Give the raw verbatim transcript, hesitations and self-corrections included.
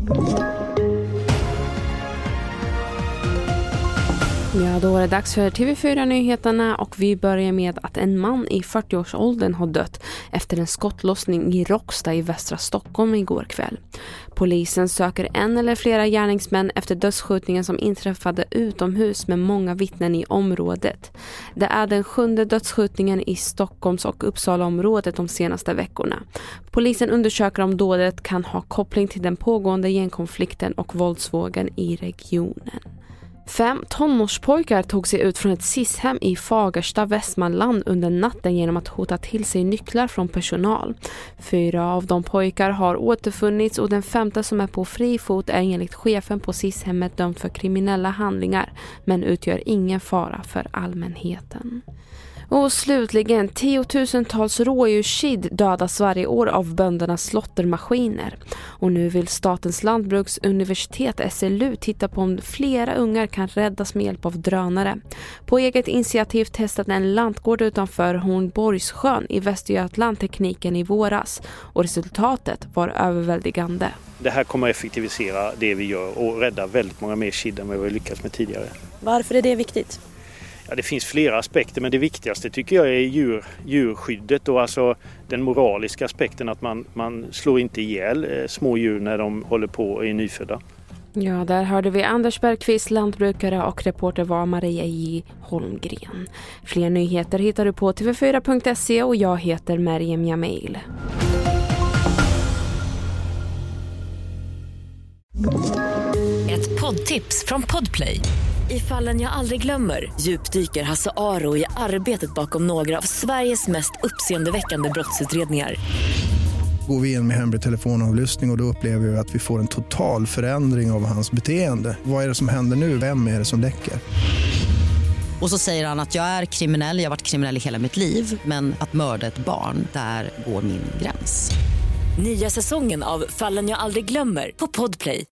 Ja, då är det dags för T V fyra-nyheterna och vi börjar med att en man i fyrtioårsåldern har dött efter en skottlossning i Råcksta i västra Stockholm igår kväll. Polisen söker en eller flera gärningsmän efter dödsskjutningen som inträffade utomhus med många vittnen i området. Det är den sjunde dödsskjutningen i Stockholms- och Uppsala-området de senaste veckorna. Polisen undersöker om dådet kan ha koppling till den pågående gängkonflikten och våldsvågen i regionen. Fem tonårspojkar tog sig ut från ett S I S-hem i Fagersta, Västmanland under natten genom att hota till sig nycklar från personal. Fyra av de pojkar har återfunnits och den femte som är på fri fot är enligt chefen på S I S-hemmet dömd för kriminella handlingar men utgör ingen fara för allmänheten. Och slutligen, tiotusentals rådjurskid dödas varje år av böndernas slåttermaskiner. Och nu vill Statens lantbruksuniversitet S L U titta på om flera ungar kan räddas med hjälp av drönare. På eget initiativ testade en lantgård utanför Hornborgssjön i Västergötland tekniken i våras. Och resultatet var överväldigande. Det här kommer att effektivisera det vi gör och rädda väldigt många mer kid än vad vi lyckats med tidigare. Varför är det viktigt? Ja, det finns flera aspekter, men det viktigaste tycker jag är djur, djurskyddet och alltså den moraliska aspekten att man, man slår inte ihjäl eh, små djur när de håller på och är nyfödda. Ja, där hörde vi Anders Bergqvist, lantbrukare, och reporter var Maria J. Holmgren. Fler nyheter hittar du på t v fyra punkt se och jag heter Meriem Jamil. Ett poddtips från Podplay. I Fallen jag aldrig glömmer djupdyker Hasse Aro i arbetet bakom några av Sveriges mest uppseendeväckande brottsutredningar. Går vi in med hemlig telefonavlyssning och då upplever vi att vi får en total förändring av hans beteende. Vad är det som händer nu? Vem är det som läcker? Och så säger han att jag är kriminell, jag har varit kriminell i hela mitt liv. Men att mörda ett barn, där går min gräns. Nya säsongen av Fallen jag aldrig glömmer på Podplay.